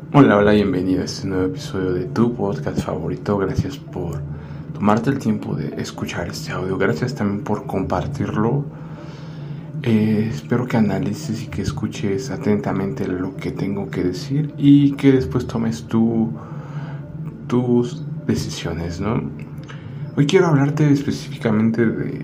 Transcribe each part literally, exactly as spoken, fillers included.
Hola, hola, bienvenido a este nuevo episodio de tu podcast favorito. Gracias por tomarte el tiempo de escuchar este audio. Gracias también por compartirlo. Eh, espero que analices y que escuches atentamente lo que tengo que decir y que después tomes tu, tus decisiones, ¿no? Hoy quiero hablarte específicamente de,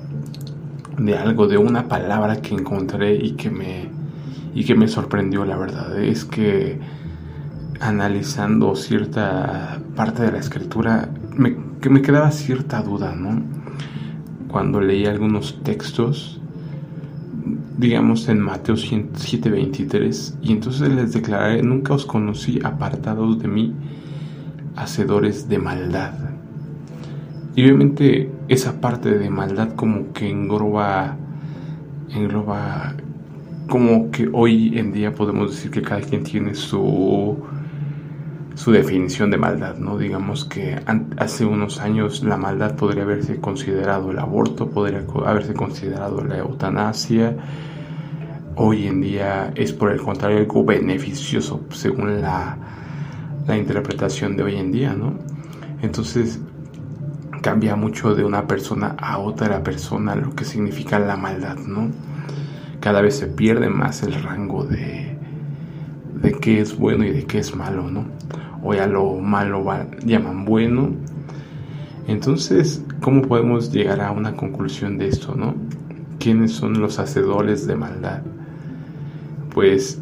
de algo, de una palabra que encontré y que me, y que me sorprendió, la verdad. Es que analizando cierta parte de la escritura, me, que me quedaba cierta duda, ¿no? Cuando leí algunos textos, digamos en Mateo siete veintitrés, y entonces les declararé: nunca os conocí, apartados de mí, hacedores de maldad. Y obviamente esa parte de maldad como que engloba, engloba, como que hoy en día podemos decir que cada quien tiene su su definición de maldad, ¿no? Digamos que hace unos años la maldad podría haberse considerado el aborto, podría haberse considerado la eutanasia. Hoy en día es, por el contrario, algo beneficioso según la, la interpretación de hoy en día, ¿no? Entonces cambia mucho de una persona a otra persona lo que significa la maldad, ¿no? Cada vez se pierde más el rango de, de qué es bueno y de qué es malo, ¿no? Hoy a lo malo va, llaman bueno. Entonces, ¿cómo podemos llegar a una conclusión de esto, no? ¿Quiénes son los hacedores de maldad? Pues,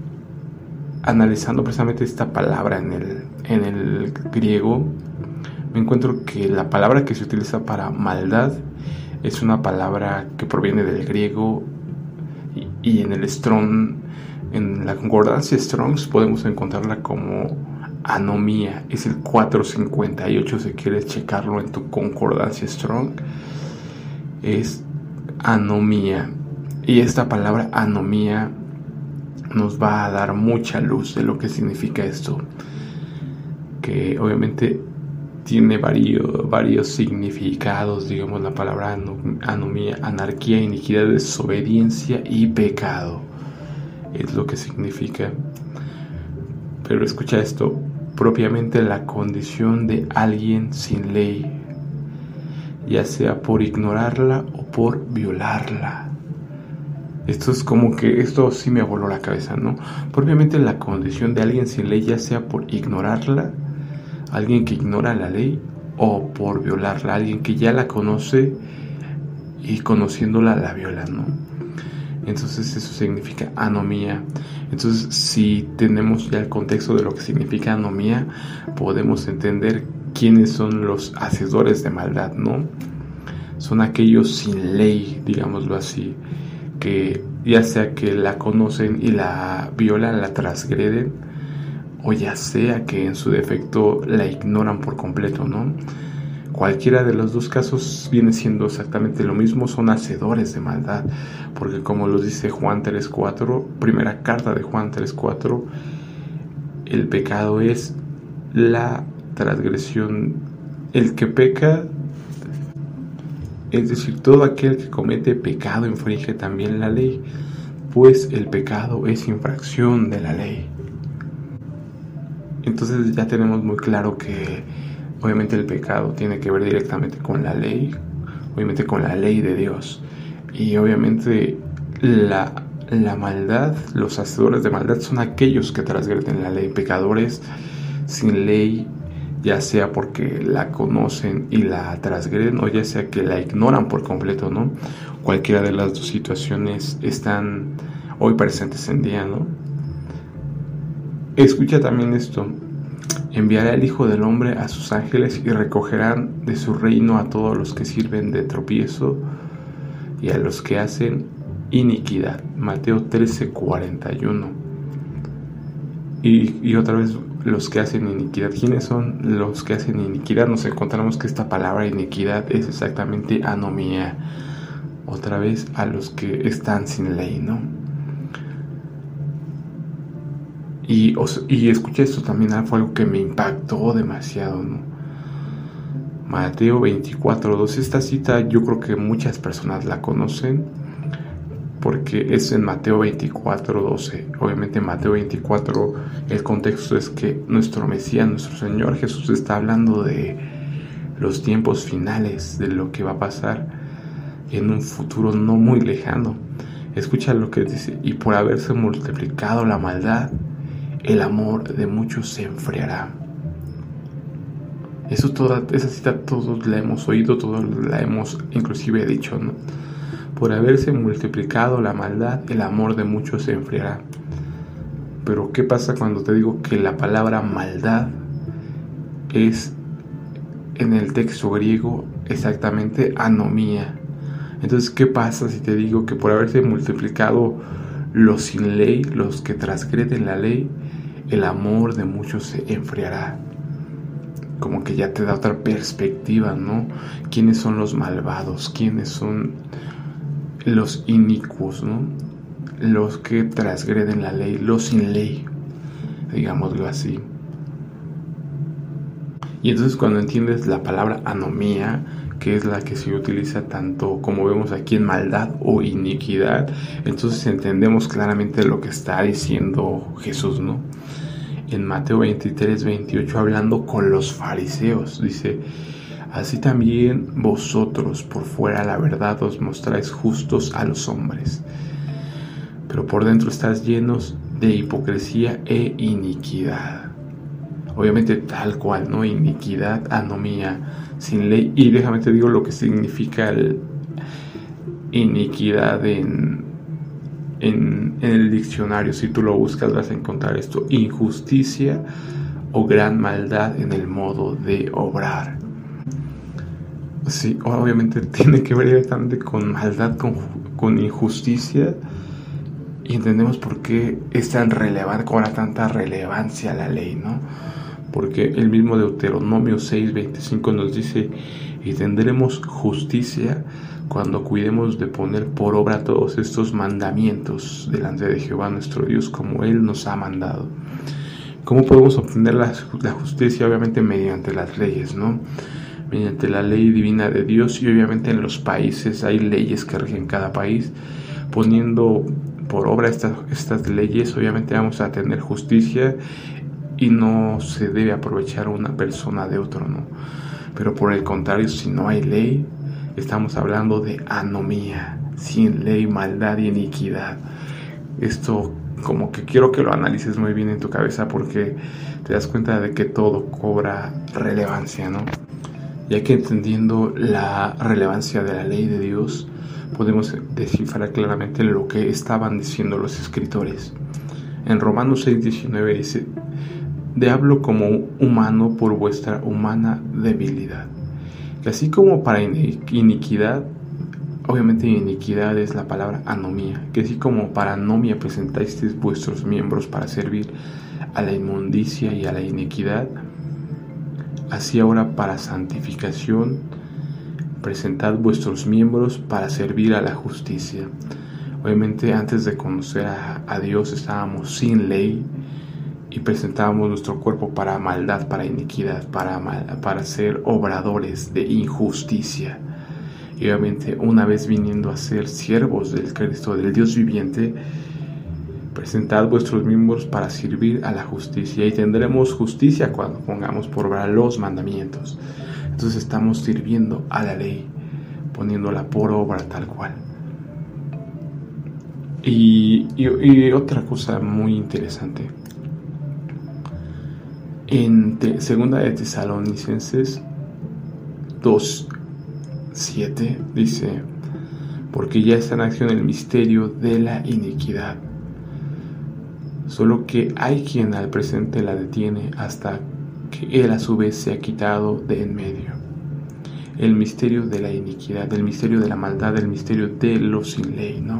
analizando precisamente esta palabra en el, en el griego, me encuentro que la palabra que se utiliza para maldad es una palabra que proviene del griego, y, y en el Strong, en la concordancia Strong's, podemos encontrarla como anomía. Es el cuatrocientos cincuenta y ocho, si quieres checarlo en tu concordancia Strong. Es anomía. Y esta palabra anomía nos va a dar mucha luz de lo que significa esto, que obviamente tiene varios, varios significados. Digamos, la palabra anomía: anarquía, iniquidad, desobediencia y pecado. Es lo que significa. Pero escucha esto: propiamente la condición de alguien sin ley, ya sea por ignorarla o por violarla. Esto es como que, esto sí me voló la cabeza, ¿no? Propiamente la condición de alguien sin ley, ya sea por ignorarla, alguien que ignora la ley, o por violarla, alguien que ya la conoce y conociéndola la viola, ¿no? Entonces eso significa anomía. Entonces, si tenemos ya el contexto de lo que significa anomía, podemos entender quiénes son los hacedores de maldad, ¿no? Son aquellos sin ley, digámoslo así, que ya sea que la conocen y la violan, la transgreden, o ya sea que en su defecto la ignoran por completo, ¿no? Cualquiera de los dos casos viene siendo exactamente lo mismo, son hacedores de maldad, porque como lo dice Juan tres cuatro, primera carta de Juan tres cuatro, el pecado es la transgresión. El que peca, es decir, todo aquel que comete pecado, infringe también la ley, pues el pecado es infracción de la ley. Entonces ya tenemos muy claro que obviamente el pecado tiene que ver directamente con la ley, obviamente con la ley de Dios. Y obviamente la, la maldad, los hacedores de maldad son aquellos que transgreden la ley, pecadores sin ley, ya sea porque la conocen y la transgreden, o ya sea que la ignoran por completo, ¿no? Cualquiera de las dos situaciones están hoy presentes en día, ¿no? Escucha también esto: enviará el Hijo del Hombre a sus ángeles y recogerán de su reino a todos los que sirven de tropiezo y a los que hacen iniquidad. Mateo trece cuarenta y uno. Y, y otra vez, los que hacen iniquidad. ¿Quiénes son los que hacen iniquidad? Nos encontramos que esta palabra iniquidad es exactamente anomía. Otra vez, a los que están sin ley, ¿no? Y, y escuché esto también, fue algo que me impactó demasiado, ¿no? Mateo veinticuatro dos. Esta cita yo creo que muchas personas la conocen, porque es en Mateo veinticuatro doce. Obviamente en Mateo veinticuatro el contexto es que nuestro Mesías, nuestro Señor Jesús está hablando de los tiempos finales, de lo que va a pasar en un futuro no muy lejano. Escucha lo que dice: y por haberse multiplicado la maldad, el amor de muchos se enfriará. Eso toda, esa cita todos la hemos oído, todos la hemos inclusive dicho, ¿no? Por haberse multiplicado la maldad, el amor de muchos se enfriará. Pero ¿qué pasa cuando te digo que la palabra maldad es en el texto griego exactamente anomía? Entonces, ¿qué pasa si te digo que por haberse multiplicado los sin ley, los que transgreden la ley, el amor de muchos se enfriará? Como que ya te da otra perspectiva, ¿no? ¿Quiénes son los malvados? ¿Quiénes son los inicuos, ¿no? Los que transgreden la ley, los sin ley, digámoslo así. Y entonces cuando entiendes la palabra anomía, que es la que se utiliza tanto como vemos aquí en maldad o iniquidad, entonces entendemos claramente lo que está diciendo Jesús, ¿no? En Mateo veintitrés veintiocho, hablando con los fariseos, dice: así también vosotros por fuera la verdad os mostráis justos a los hombres, pero por dentro estáis llenos de hipocresía e iniquidad. Obviamente tal cual, ¿no? Iniquidad, anomía, sin ley. Y déjame te digo lo que significa el iniquidad en, en, en el diccionario. Si tú lo buscas vas a encontrar esto: injusticia o gran maldad en el modo de obrar. Sí, obviamente tiene que ver directamente con maldad, con, con injusticia, y entendemos por qué es tan relevante, cobra tanta relevancia la ley, ¿no? Porque el mismo Deuteronomio seis veinticinco nos dice: y tendremos justicia cuando cuidemos de poner por obra todos estos mandamientos delante de Jehová nuestro Dios, como Él nos ha mandado. ¿Cómo podemos obtener la, la justicia? Obviamente mediante las leyes, ¿no? Mediante la ley divina de Dios, y obviamente en los países hay leyes que rigen cada país. Poniendo por obra estas, estas leyes, obviamente vamos a tener justicia, y no se debe aprovechar una persona de otro, ¿no? Pero por el contrario, si no hay ley, estamos hablando de anomía, sin ley, maldad y iniquidad. Esto como que quiero que lo analices muy bien en tu cabeza, porque te das cuenta de que todo cobra relevancia, ¿no? Ya que entendiendo la relevancia de la ley de Dios, podemos descifrar claramente lo que estaban diciendo los escritores. En Romanos seis diecinueve dice: de hablo como humano por vuestra humana debilidad. Y así como para iniquidad, obviamente iniquidad es la palabra anomía, que así como para anomia presentasteis vuestros miembros para servir a la inmundicia y a la iniquidad, así ahora para santificación presentad vuestros miembros para servir a la justicia. Obviamente antes de conocer a, a Dios estábamos sin ley y presentábamos nuestro cuerpo para maldad, para iniquidad, para, mal, para ser obradores de injusticia. Y obviamente una vez viniendo a ser siervos del Cristo, del Dios viviente, presentad vuestros miembros para servir a la justicia, y tendremos justicia cuando pongamos por obra los mandamientos. Entonces estamos sirviendo a la ley, poniéndola por obra tal cual. Y, y, y otra cosa muy interesante, en te, segunda de Tesalonicenses dos siete dice: porque ya está en acción el misterio de la iniquidad, solo que hay quien al presente la detiene hasta que él a su vez se ha quitado de en medio. El misterio de la iniquidad, el misterio de la maldad, el misterio de lo sin ley, ¿no?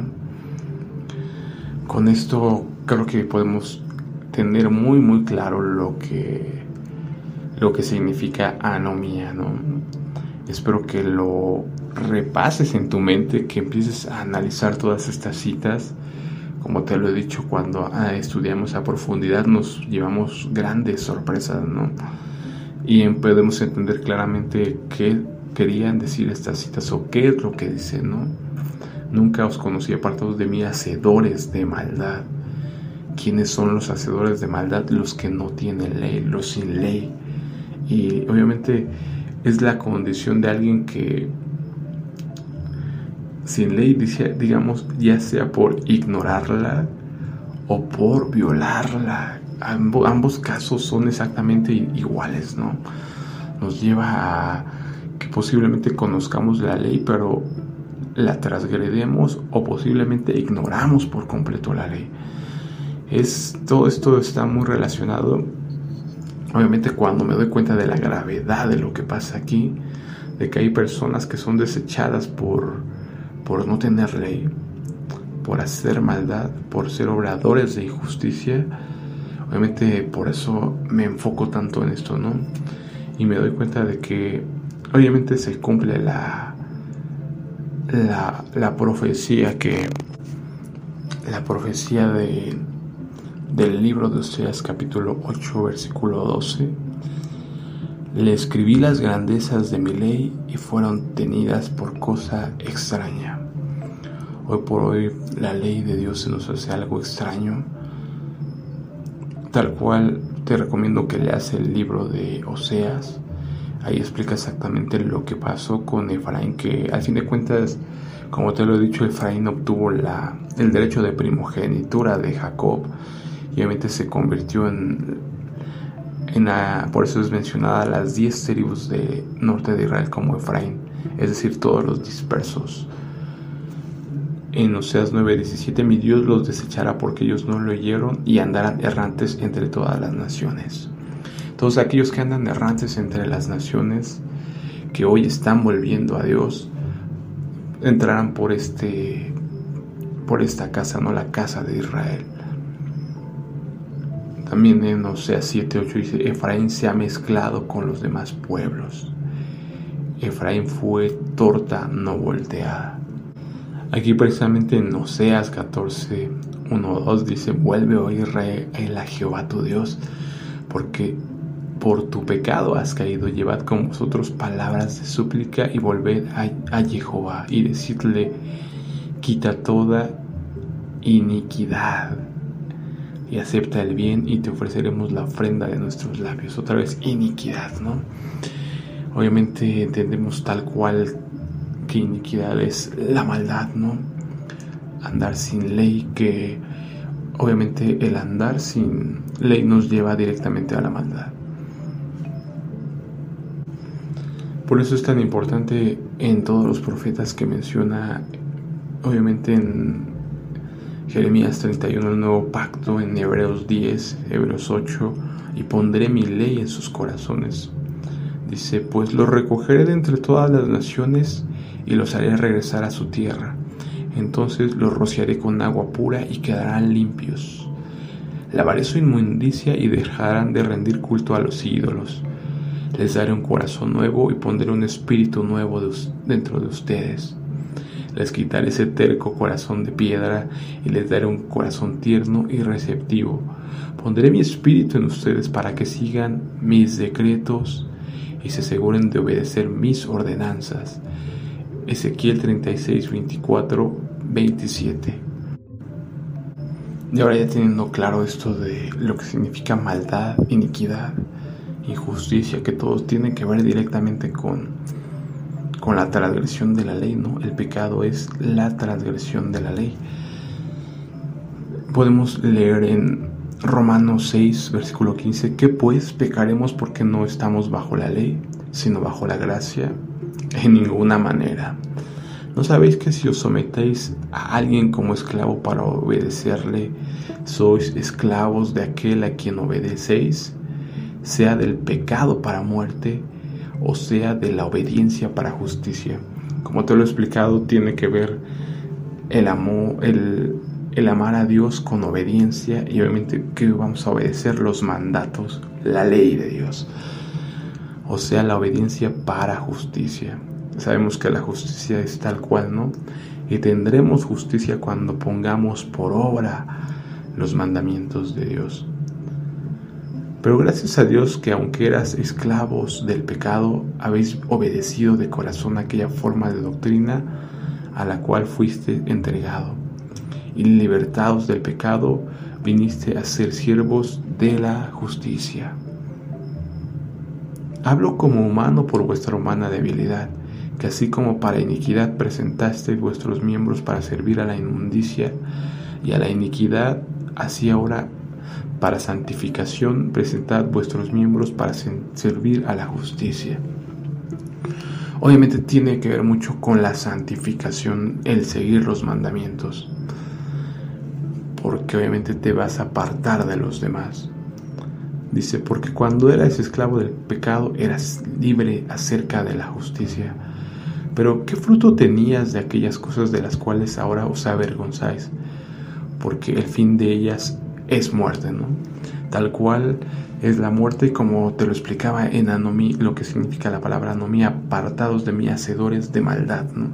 Con esto creo que podemos tener muy muy claro lo que lo que significa anomía, ¿no? Espero que lo repases en tu mente, que empieces a analizar todas estas citas. Como te lo he dicho, cuando ah, estudiamos a profundidad nos llevamos grandes sorpresas, ¿no? Y podemos entender claramente qué querían decir estas citas o qué es lo que dicen, ¿no? Nunca os conocí apartados de mí, hacedores de maldad. ¿Quiénes son los hacedores de maldad? Los que no tienen ley, los sin ley. Y obviamente es la condición de alguien que sin ley, digamos, ya sea por ignorarla o por violarla. Ambo, ambos casos son exactamente iguales, ¿no? Nos lleva a que posiblemente conozcamos la ley, pero la transgredemos o posiblemente ignoramos por completo la ley. Es, todo esto está muy relacionado. Obviamente, cuando me doy cuenta de la gravedad de lo que pasa aquí, de que hay personas que son desechadas por, por no tener ley, por hacer maldad, por ser obradores de injusticia, obviamente por eso me enfoco tanto en esto, ¿no? Y me doy cuenta de que obviamente se cumple la, la, la profecía que la profecía de del libro de Oseas capítulo ocho versículo doce. Le escribí las grandezas de mi ley y fueron tenidas por cosa extraña. Hoy por hoy la ley de Dios se nos hace algo extraño, tal cual. Te recomiendo que leas el libro de Oseas. Ahí explica exactamente lo que pasó con Efraín, que al fin de cuentas, como te lo he dicho, Efraín obtuvo la, el derecho de primogenitura de Jacob y obviamente se convirtió en, en la, por eso es mencionada las diez tribus del norte de Israel como Efraín, es decir, todos los dispersos. En Oseas nueve diecisiete, mi Dios los desechará porque ellos no lo oyeron y andarán errantes entre todas las naciones. Todos aquellos que andan errantes entre las naciones, que hoy están volviendo a Dios, entrarán por este, por esta casa, no la casa de Israel. También en Oseas siete ocho dice: Efraín se ha mezclado con los demás pueblos. Efraín fue torta no volteada. Aquí precisamente en Oseas catorce uno dos dice: vuelve, oh Israel, a Jehová tu Dios, porque por tu pecado has caído. Llevad con vosotros palabras de súplica y volved a, a Jehová y decidle: quita toda iniquidad y acepta el bien y te ofreceremos la ofrenda de nuestros labios. Otra vez iniquidad, ¿no? Obviamente entendemos tal cual que iniquidad es la maldad, ¿no? Andar sin ley, que obviamente el andar sin ley nos lleva directamente a la maldad. Por eso es tan importante en todos los profetas que menciona, obviamente en Jeremías treinta y uno, el nuevo pacto, en Hebreos diez, Hebreos ocho, y pondré mi ley en sus corazones. Dice: pues los recogeré de entre todas las naciones y los haré regresar a su tierra. Entonces los rociaré con agua pura y quedarán limpios. Lavaré su inmundicia y dejarán de rendir culto a los ídolos. Les daré un corazón nuevo y pondré un espíritu nuevo de, dentro de ustedes. Les quitaré ese terco corazón de piedra y les daré un corazón tierno y receptivo. Pondré mi espíritu en ustedes para que sigan mis decretos y se aseguren de obedecer mis ordenanzas. Ezequiel treinta y seis, veinticuatro, veintisiete. Y ahora, ya teniendo claro esto de lo que significa maldad, iniquidad, injusticia, que todos tienen que ver directamente con, con la transgresión de la ley, ¿no? El pecado es la transgresión de la ley. Podemos leer en Romanos seis, versículo quince: ¿qué pues? ¿Pecaremos porque no estamos bajo la ley, sino bajo la gracia? En ninguna manera. ¿No sabéis que si os sometéis a alguien como esclavo para obedecerle, sois esclavos de aquel a quien obedecéis, sea del pecado para muerte, o sea de la obediencia para justicia? Como te lo he explicado, tiene que ver el amor, el, el amar a Dios con obediencia, y obviamente que vamos a obedecer los mandatos, la ley de Dios. O sea, la obediencia para justicia. Sabemos que la justicia es tal cual, ¿no? Y tendremos justicia cuando pongamos por obra los mandamientos de Dios. Pero gracias a Dios que aunque eras esclavos del pecado, habéis obedecido de corazón aquella forma de doctrina a la cual fuiste entregado, y libertados del pecado, viniste a ser siervos de la justicia. Hablo como humano por vuestra humana debilidad, que así como para iniquidad presentasteis vuestros miembros para servir a la inmundicia y a la iniquidad, así ahora para santificación presentad vuestros miembros para servir a la justicia. Obviamente tiene que ver mucho con la santificación, el seguir los mandamientos, porque obviamente te vas a apartar de los demás. Dice, porque cuando eras esclavo del pecado eras libre acerca de la justicia. Pero ¿qué fruto tenías de aquellas cosas de las cuales ahora os avergonzáis? Porque el fin de ellas es muerte, ¿no? Tal cual es la muerte, como te lo explicaba en anomí, lo que significa la palabra anomí, apartados de mí, hacedores de maldad, ¿no?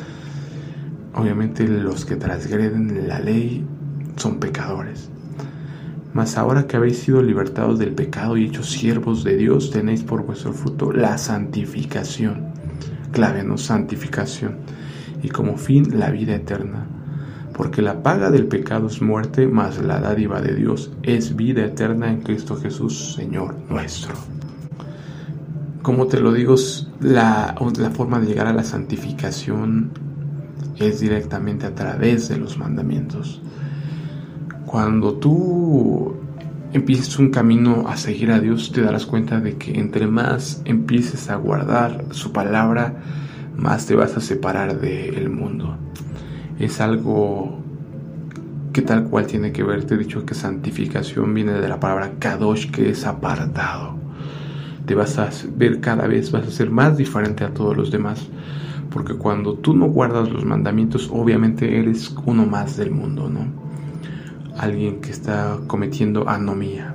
Obviamente los que transgreden la ley son pecadores. Mas ahora que habéis sido libertados del pecado y hechos siervos de Dios, tenéis por vuestro fruto la santificación. Clave, ¿no? Santificación. Y como fin la vida eterna. Porque la paga del pecado es muerte, mas la dádiva de Dios es vida eterna en Cristo Jesús, Señor nuestro. Como te lo digo, la, la forma de llegar a la santificación es directamente a través de los mandamientos. Cuando tú empieces un camino a seguir a Dios, te darás cuenta de que entre más empieces a guardar su palabra, más te vas a separar del mundo. Es algo que tal cual tiene que ver. Te he dicho que santificación viene de la palabra kadosh, que es apartado. Te vas a ver cada vez, vas a ser más diferente a todos los demás, porque cuando tú no guardas los mandamientos, obviamente eres uno más del mundo, ¿no? Alguien que está cometiendo anomía,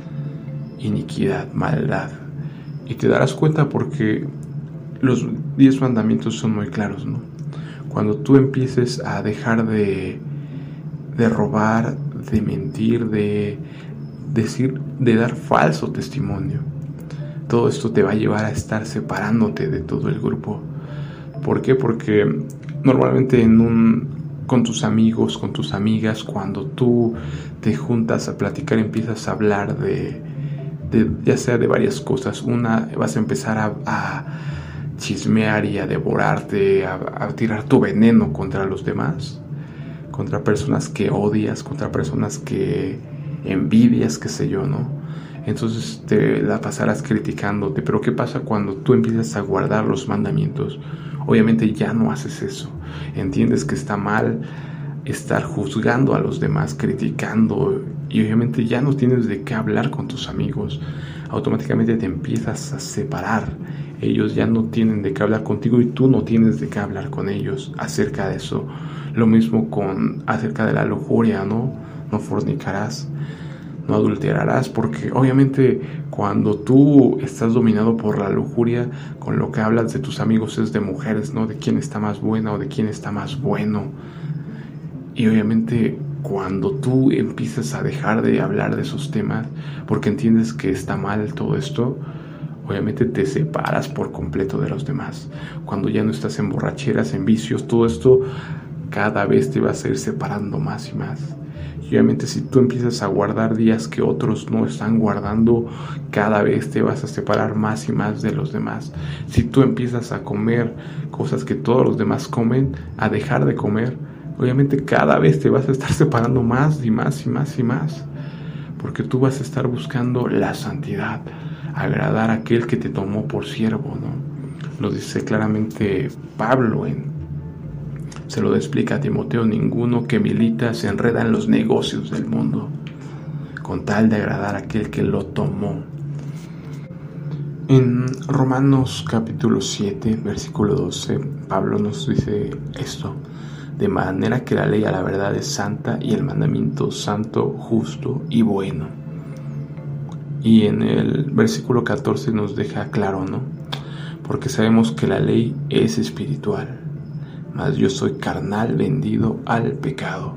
iniquidad, maldad. Y te darás cuenta porque los diez mandamientos son muy claros, ¿no? Cuando tú empieces a dejar de, de robar, de mentir, de decir, de dar falso testimonio, todo esto te va a llevar a estar separándote de todo el grupo. ¿Por qué? Porque normalmente en un con tus amigos, con tus amigas, cuando tú te juntas a platicar, empiezas a hablar de, de ya sea de varias cosas. Una, vas a empezar a, a chismear y a devorarte, a, a tirar tu veneno contra los demás, contra personas que odias, contra personas que envidias, qué sé yo, ¿no? Entonces te la pasarás criticándote. Pero ¿qué pasa cuando tú empiezas a guardar los mandamientos? Obviamente ya no haces eso. Entiendes que está mal estar juzgando a los demás, criticando, y obviamente ya no tienes de qué hablar con tus amigos. Automáticamente te empiezas a separar. Ellos ya no tienen de qué hablar contigo y tú no tienes de qué hablar con ellos acerca de eso. Lo mismo con acerca de la lujuria, ¿no? No fornicarás, no adulterarás, porque obviamente cuando tú estás dominado por la lujuria, con lo que hablas de tus amigos es de mujeres, ¿no? De quién está más buena o de quién está más bueno. Y obviamente cuando tú empiezas a dejar de hablar de esos temas, porque entiendes que está mal todo esto, obviamente te separas por completo de los demás. Cuando ya no estás en borracheras, en vicios, todo esto, cada vez te vas a ir separando más y más. Y obviamente si tú empiezas a guardar días que otros no están guardando, cada vez te vas a separar más y más de los demás. Si tú empiezas a comer cosas que todos los demás comen, a dejar de comer, obviamente cada vez te vas a estar separando más y más y más y más. Porque tú vas a estar buscando la santidad, agradar a aquel que te tomó por siervo, ¿no? Lo dice claramente Pablo en Se lo explica a Timoteo: ninguno que milita se enreda en los negocios del mundo, con tal de agradar a aquel que lo tomó. En Romanos capítulo siete, versículo doce, Pablo nos dice esto: de manera que la ley a la verdad es santa y el mandamiento santo, justo y bueno. Y en el versículo catorce nos deja claro, ¿no? Porque sabemos que la ley es espiritual, mas yo soy carnal, vendido al pecado.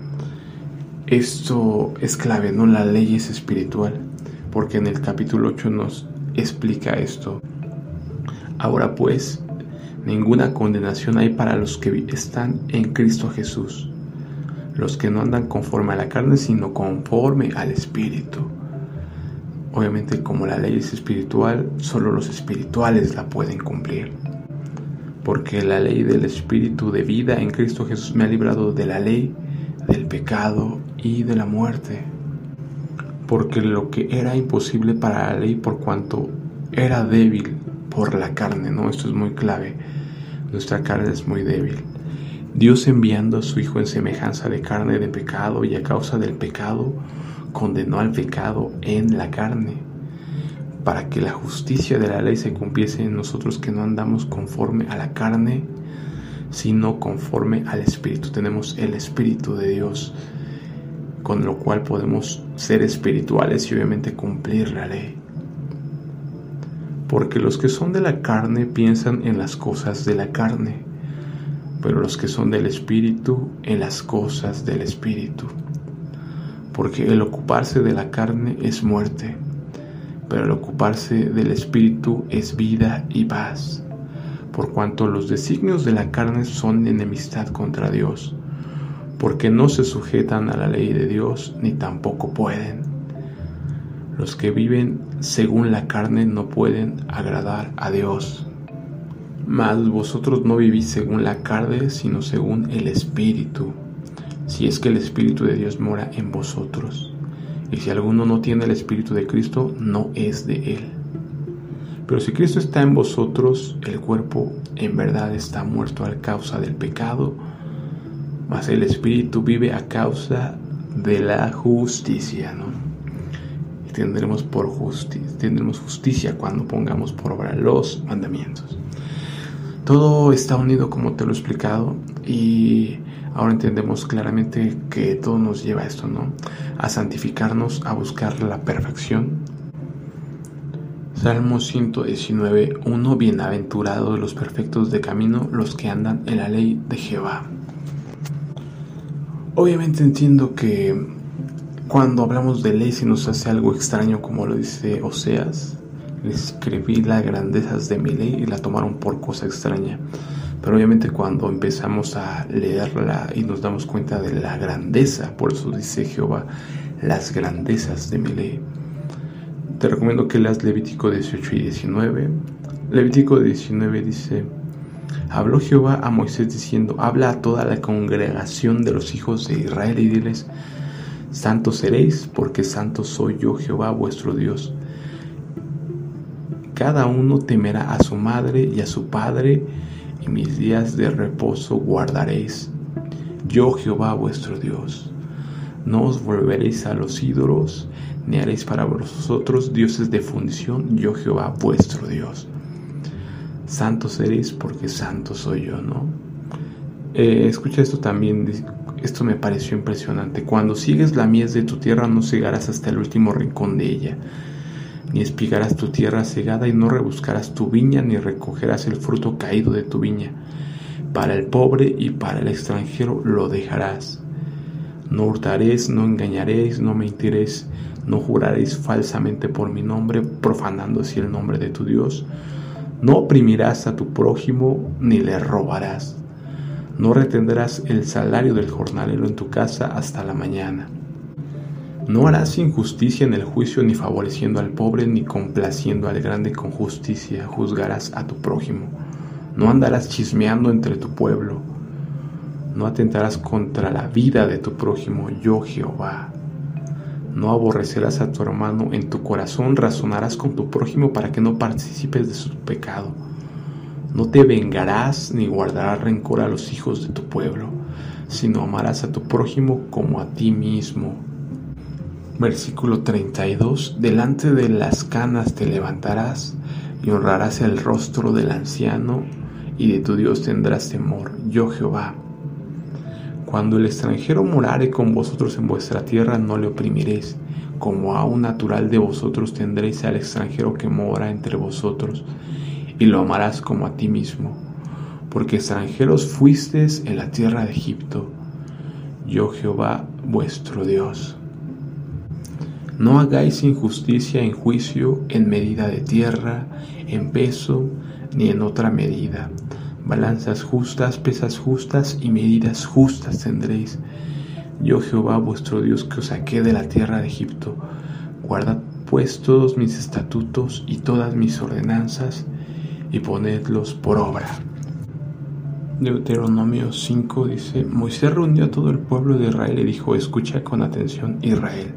Esto es clave, ¿no? La ley es espiritual, porque en el capítulo ocho nos explica esto. Ahora pues, Ninguna condenación hay para los que están en Cristo Jesús, los que no andan conforme a la carne, sino conforme al Espíritu. Obviamente, como la ley es espiritual, solo los espirituales la pueden cumplir. Porque la ley del Espíritu de vida en Cristo Jesús me ha librado de la ley, del pecado y de la muerte. Porque lo que era imposible para la ley, por cuanto era débil por la carne, ¿no? Esto es muy clave. Nuestra carne es muy débil. Dios, enviando a su Hijo en semejanza de carne de pecado, y a causa del pecado condenó al pecado en la carne, para que la justicia de la ley se cumpliese en nosotros, que no andamos conforme a la carne, sino conforme al Espíritu. Tenemos el Espíritu de Dios, con lo cual podemos ser espirituales y obviamente cumplir la ley. Porque los que son de la carne piensan en las cosas de la carne, pero los que son del Espíritu en las cosas del Espíritu. Porque el ocuparse de la carne es muerte, pero el ocuparse del Espíritu es vida y paz, por cuanto los designios de la carne son enemistad contra Dios, porque no se sujetan a la ley de Dios, ni tampoco pueden. Los que viven según la carne no pueden agradar a Dios. Mas vosotros no vivís según la carne, sino según el Espíritu, si es que el Espíritu de Dios mora en vosotros. Y si alguno no tiene el Espíritu de Cristo, no es de él. Pero si Cristo está en vosotros, el cuerpo en verdad está muerto a causa del pecado, mas el Espíritu vive a causa de la justicia, ¿no? Y tendremos, por justicia, tendremos justicia cuando pongamos por obra los mandamientos. Todo está unido, como te lo he explicado, y ahora entendemos claramente que todo nos lleva a esto, ¿no? A santificarnos, a buscar la perfección. Salmo ciento diecinueve, uno. Bienaventurados los perfectos de camino, los que andan en la ley de Jehová. Obviamente entiendo que cuando hablamos de ley se nos hace algo extraño, como lo dice Oseas. Les escribí las grandezas de mi ley y la tomaron por cosa extraña. Pero obviamente cuando empezamos a leerla y nos damos cuenta de la grandeza, por eso dice Jehová, las grandezas de mi ley. Te recomiendo que leas Levítico dieciocho y diecinueve. Levítico diecinueve dice: habló Jehová a Moisés diciendo, habla a toda la congregación de los hijos de Israel y diles, santos seréis, porque santo soy yo Jehová vuestro Dios. Cada uno temerá a su madre y a su padre, y mis días de reposo guardaréis. Yo Jehová vuestro Dios. No os volveréis a los ídolos, ni haréis para vosotros dioses de fundición, yo Jehová vuestro Dios. Santos seréis porque santo soy yo, ¿no? Eh, escucha esto también, esto me pareció impresionante. Cuando sigues la mies de tu tierra, no cegarás hasta el último rincón de ella, ni espigarás tu tierra segada, y no rebuscarás tu viña, ni recogerás el fruto caído de tu viña. Para el pobre y para el extranjero lo dejarás. No hurtaréis, no engañaréis, no mentiréis, no juraréis falsamente por mi nombre, profanando así el nombre de tu Dios. No oprimirás a tu prójimo, ni le robarás. No retendrás el salario del jornalero en tu casa hasta la mañana. No harás injusticia en el juicio, ni favoreciendo al pobre, ni complaciendo al grande con justicia juzgarás a tu prójimo. No andarás chismeando entre tu pueblo. No atentarás contra la vida de tu prójimo, yo Jehová. No aborrecerás a tu hermano en tu corazón, razonarás con tu prójimo para que no participes de su pecado. No te vengarás ni guardarás rencor a los hijos de tu pueblo, sino amarás a tu prójimo como a ti mismo. Versículo treinta y dos. Delante de las canas te levantarás y honrarás el rostro del anciano, y de tu Dios tendrás temor, yo Jehová. Cuando el extranjero morare con vosotros en vuestra tierra, no le oprimiréis. Como a un natural de vosotros tendréis al extranjero que mora entre vosotros, y lo amarás como a ti mismo. Porque extranjeros fuisteis en la tierra de Egipto, yo Jehová vuestro Dios. No hagáis injusticia en juicio, en medida de tierra, en peso, ni en otra medida, Balanzas justas, pesas justas y medidas justas tendréis. Yo Jehová vuestro Dios que os saqué de la tierra de Egipto. Guardad pues todos mis estatutos y todas mis ordenanzas y ponedlos por obra. Deuteronomio cinco dice: Moisés reunió a todo el pueblo de Israel y dijo: escucha con atención, Israel.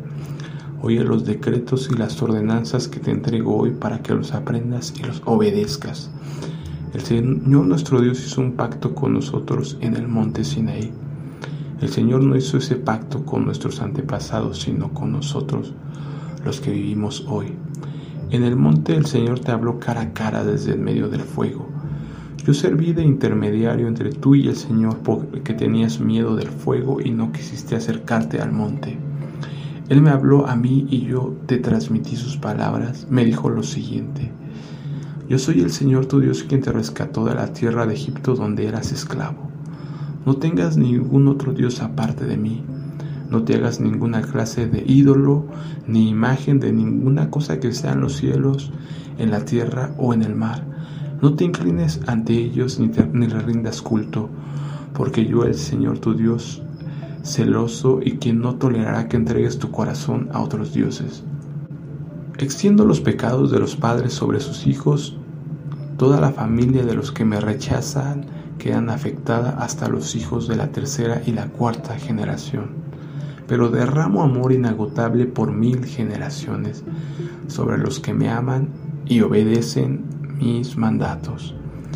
Oye los decretos y las ordenanzas que te entrego hoy para que los aprendas y los obedezcas. El Señor nuestro Dios hizo un pacto con nosotros en el monte Sinaí. El Señor no hizo ese pacto con nuestros antepasados, sino con nosotros, los que vivimos hoy. En el monte el Señor te habló cara a cara desde el medio del fuego. Yo serví de intermediario entre tú y el Señor porque tenías miedo del fuego y no quisiste acercarte al monte. Él me habló a mí y yo te transmití sus palabras. Me dijo lo siguiente: yo soy el Señor tu Dios quien te rescató de la tierra de Egipto donde eras esclavo. No tengas ningún otro Dios aparte de mí. No te hagas ninguna clase de ídolo ni imagen de ninguna cosa que sea en los cielos, en la tierra o en el mar. No te inclines ante ellos ni, te, ni le rindas culto, porque yo, el Señor tu Dios, celoso y quien no tolerará que entregues tu corazón a otros dioses. Extiendo los pecados de los padres sobre sus hijos. Toda la familia de los que me rechazan quedan afectada hasta los hijos de la tercera y la cuarta generación. Pero derramo amor inagotable por mil generaciones sobre los que me aman y obedecen mis mandatos.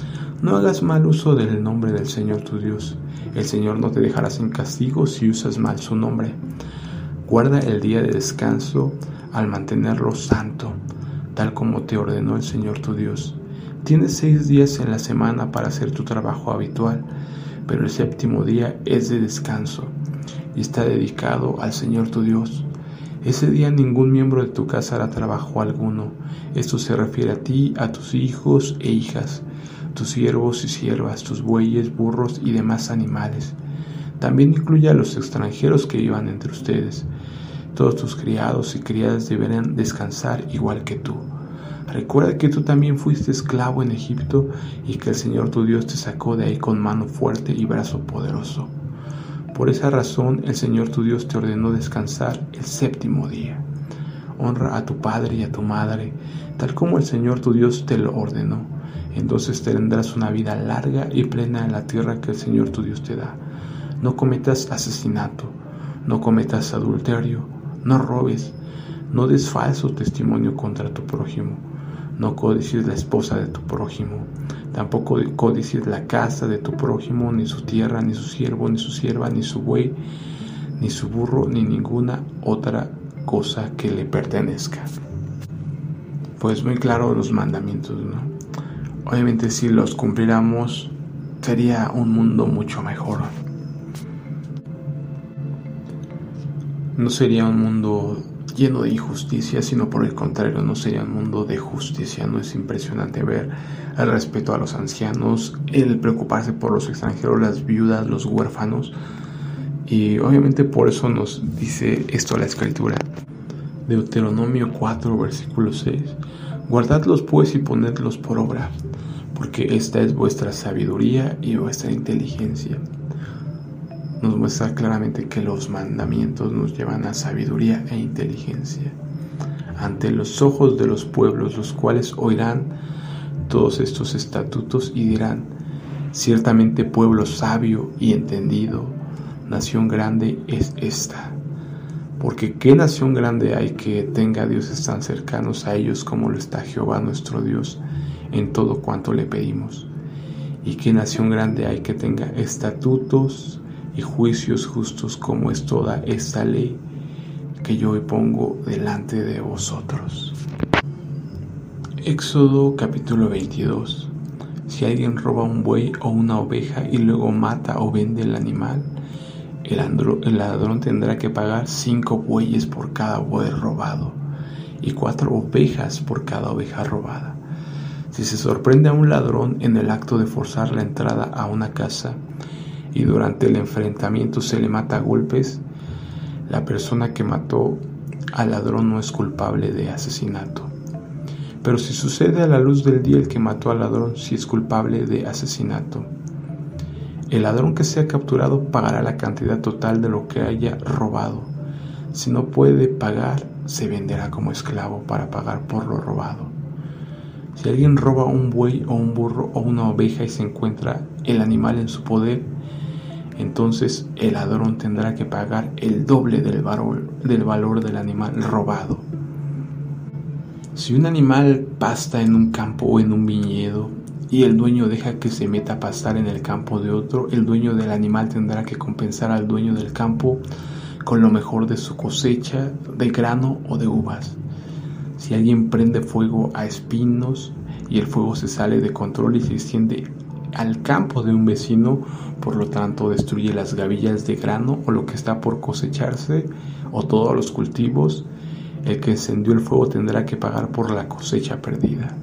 No hagas mal uso del nombre del Señor tu Dios. El Señor no te dejará sin castigo si usas mal su nombre. Guarda el día de descanso al mantenerlo santo, tal como te ordenó el Señor tu Dios. Tienes seis días en la semana para hacer tu trabajo habitual, pero el séptimo día es de descanso y está dedicado al Señor tu Dios. Ese día ningún miembro de tu casa hará trabajo alguno. Esto se refiere a ti, a tus hijos e hijas, tus siervos y siervas, tus bueyes, burros y demás animales. También incluye a los extranjeros que vivan entre ustedes. Todos tus criados y criadas deberán descansar igual que tú. Recuerda que tú también fuiste esclavo en Egipto y que el Señor tu Dios te sacó de ahí con mano fuerte y brazo poderoso. Por esa razón el Señor tu Dios te ordenó descansar el séptimo día. Honra a tu padre y a tu madre, tal como el Señor tu Dios te lo ordenó. Entonces tendrás una vida larga y plena en la tierra que el Señor tu Dios te da. No cometas asesinato, no cometas adulterio, no robes, no des falso testimonio contra tu prójimo, no codicies la esposa de tu prójimo, tampoco codicies la casa de tu prójimo, ni su tierra, ni su siervo, ni su sierva, ni su buey, ni su burro, ni ninguna otra cosa que le pertenezca. Pues muy claro los mandamientos, ¿no? Obviamente si los cumpliéramos sería un mundo mucho mejor. No sería un mundo lleno de injusticia, sino por el contrario, no sería un mundo de justicia. No es impresionante ver el respeto a los ancianos, el preocuparse por los extranjeros, las viudas, los huérfanos, y obviamente por eso nos dice esto la Escritura. Deuteronomio cuatro, versículo seis: guardadlos pues y ponedlos por obra, porque esta es vuestra sabiduría y vuestra inteligencia. Nos muestra claramente que los mandamientos nos llevan a sabiduría e inteligencia ante los ojos de los pueblos, los cuales oirán todos estos estatutos y dirán: ciertamente pueblo sabio y entendido, nación grande es esta. Porque qué nación grande hay que tenga dioses tan cercanos a ellos como lo está Jehová nuestro Dios en todo cuanto le pedimos. Y qué nación grande hay que tenga estatutos y juicios justos como es toda esta ley que yo hoy pongo delante de vosotros. Éxodo capítulo veintidós. Si alguien roba un buey o una oveja y luego mata o vende el animal, el, andro, el ladrón tendrá que pagar cinco bueyes por cada buey robado y cuatro ovejas por cada oveja robada. Si se sorprende a un ladrón en el acto de forzar la entrada a una casa y durante el enfrentamiento se le mata a golpes, la persona que mató al ladrón no es culpable de asesinato. Pero si sucede a la luz del día, el que mató al ladrón sí es culpable de asesinato. El ladrón que sea capturado pagará la cantidad total de lo que haya robado. Si no puede pagar, se venderá como esclavo para pagar por lo robado. Si alguien roba un buey o un burro o una oveja y se encuentra el animal en su poder, entonces el ladrón tendrá que pagar el doble del valor, del valor del animal robado. Si un animal pasta en un campo o en un viñedo y el dueño deja que se meta a pastar en el campo de otro, el dueño del animal tendrá que compensar al dueño del campo con lo mejor de su cosecha de grano o de uvas. Si alguien prende fuego a espinos y el fuego se sale de control y se extiende al campo de un vecino, por lo tanto destruye las gavillas de grano o lo que está por cosecharse o todos los cultivos, el que encendió el fuego tendrá que pagar por la cosecha perdida.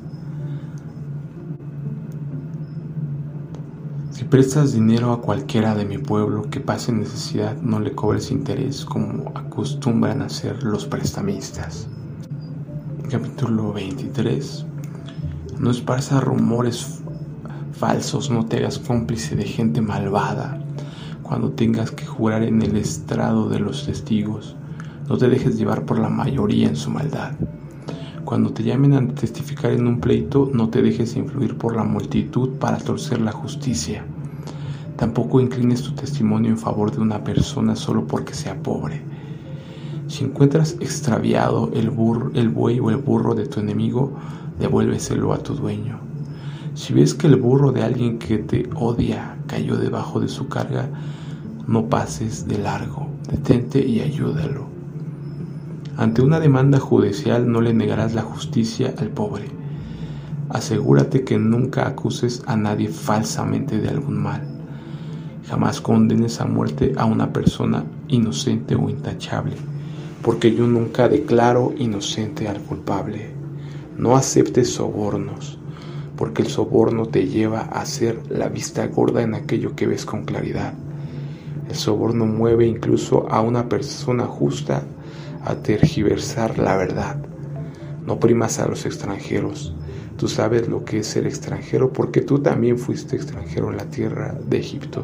Si prestas dinero a cualquiera de mi pueblo que pase necesidad, no le cobres interés como acostumbran a hacer los prestamistas. Capítulo veintitrés. No esparzas rumores falsos, no te hagas cómplice de gente malvada. Cuando tengas que jurar en el estrado de los testigos, no te dejes llevar por la mayoría en su maldad. Cuando te llamen a testificar en un pleito, no te dejes influir por la multitud para torcer la justicia. Tampoco inclines tu testimonio en favor de una persona solo porque sea pobre. Si encuentras extraviado el, burro, el buey o el burro de tu enemigo, devuélveselo a tu dueño. Si ves que el burro de alguien que te odia cayó debajo de su carga, no pases de largo, detente y ayúdalo. Ante una demanda judicial no le negarás la justicia al pobre. Asegúrate que nunca acuses a nadie falsamente de algún mal. Jamás condenes a muerte a una persona inocente o intachable, porque yo nunca declaro inocente al culpable. No aceptes sobornos, porque el soborno te lleva a hacer la vista gorda en aquello que ves con claridad. El soborno mueve incluso a una persona justa a tergiversar la verdad. No primas a los extranjeros. Tú sabes lo que es ser extranjero porque tú también fuiste extranjero en la tierra de Egipto.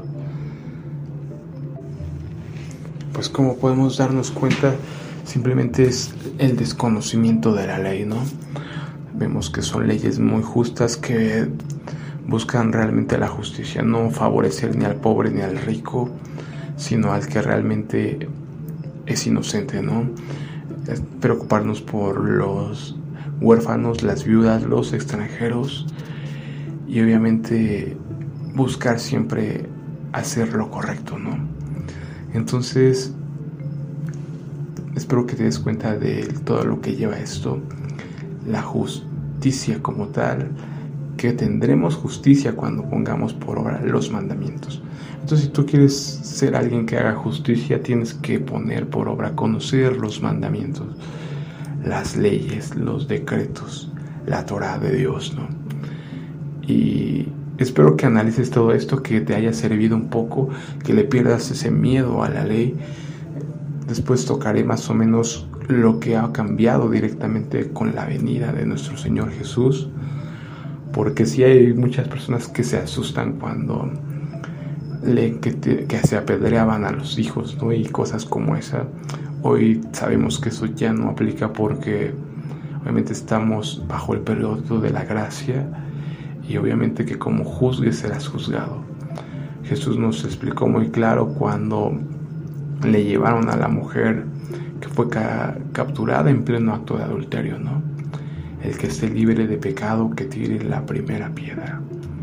Pues como podemos darnos cuenta, simplemente es el desconocimiento de la ley, ¿no? Vemos que son leyes muy justas que buscan realmente la justicia, no favorecer ni al pobre ni al rico, sino al que realmente es inocente, ¿no? Es preocuparnos por los huérfanos, las viudas, los extranjeros y obviamente buscar siempre hacer lo correcto, ¿no? Entonces, espero que te des cuenta de todo lo que lleva esto, la justicia como tal, que tendremos justicia cuando pongamos por obra los mandamientos. Entonces, si tú quieres ser alguien que haga justicia, tienes que poner por obra, conocer los mandamientos, las leyes, los decretos, la Torá de Dios, ¿no? Y espero que analices todo esto, que te haya servido un poco, que le pierdas ese miedo a la ley. Después tocaré más o menos lo que ha cambiado directamente con la venida de nuestro Señor Jesús, porque sí hay muchas personas que se asustan cuando leen que, te, que se apedreaban a los hijos, ¿no? Y cosas como esa. Hoy sabemos que eso ya no aplica porque obviamente estamos bajo el periodo de la gracia y obviamente que como juzgues serás juzgado. Jesús nos explicó muy claro cuando le llevaron a la mujer que fue ca- capturada en pleno acto de adulterio, ¿no? El que esté libre de pecado, que tire la primera piedra.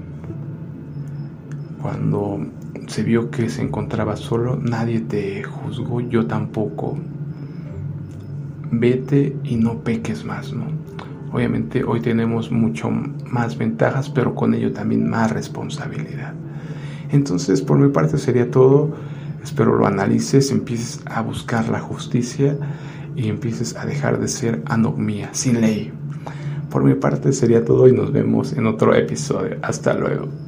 Cuando se vio que se encontraba solo, nadie te juzgó, yo tampoco. Vete y no peques más, ¿no? Obviamente hoy tenemos mucho más ventajas, pero con ello también más responsabilidad. Entonces, por mi parte sería todo. Espero lo analices, empieces a buscar la justicia y empieces a dejar de ser anomía, sin ley. Por mi parte sería todo y nos vemos en otro episodio. Hasta luego.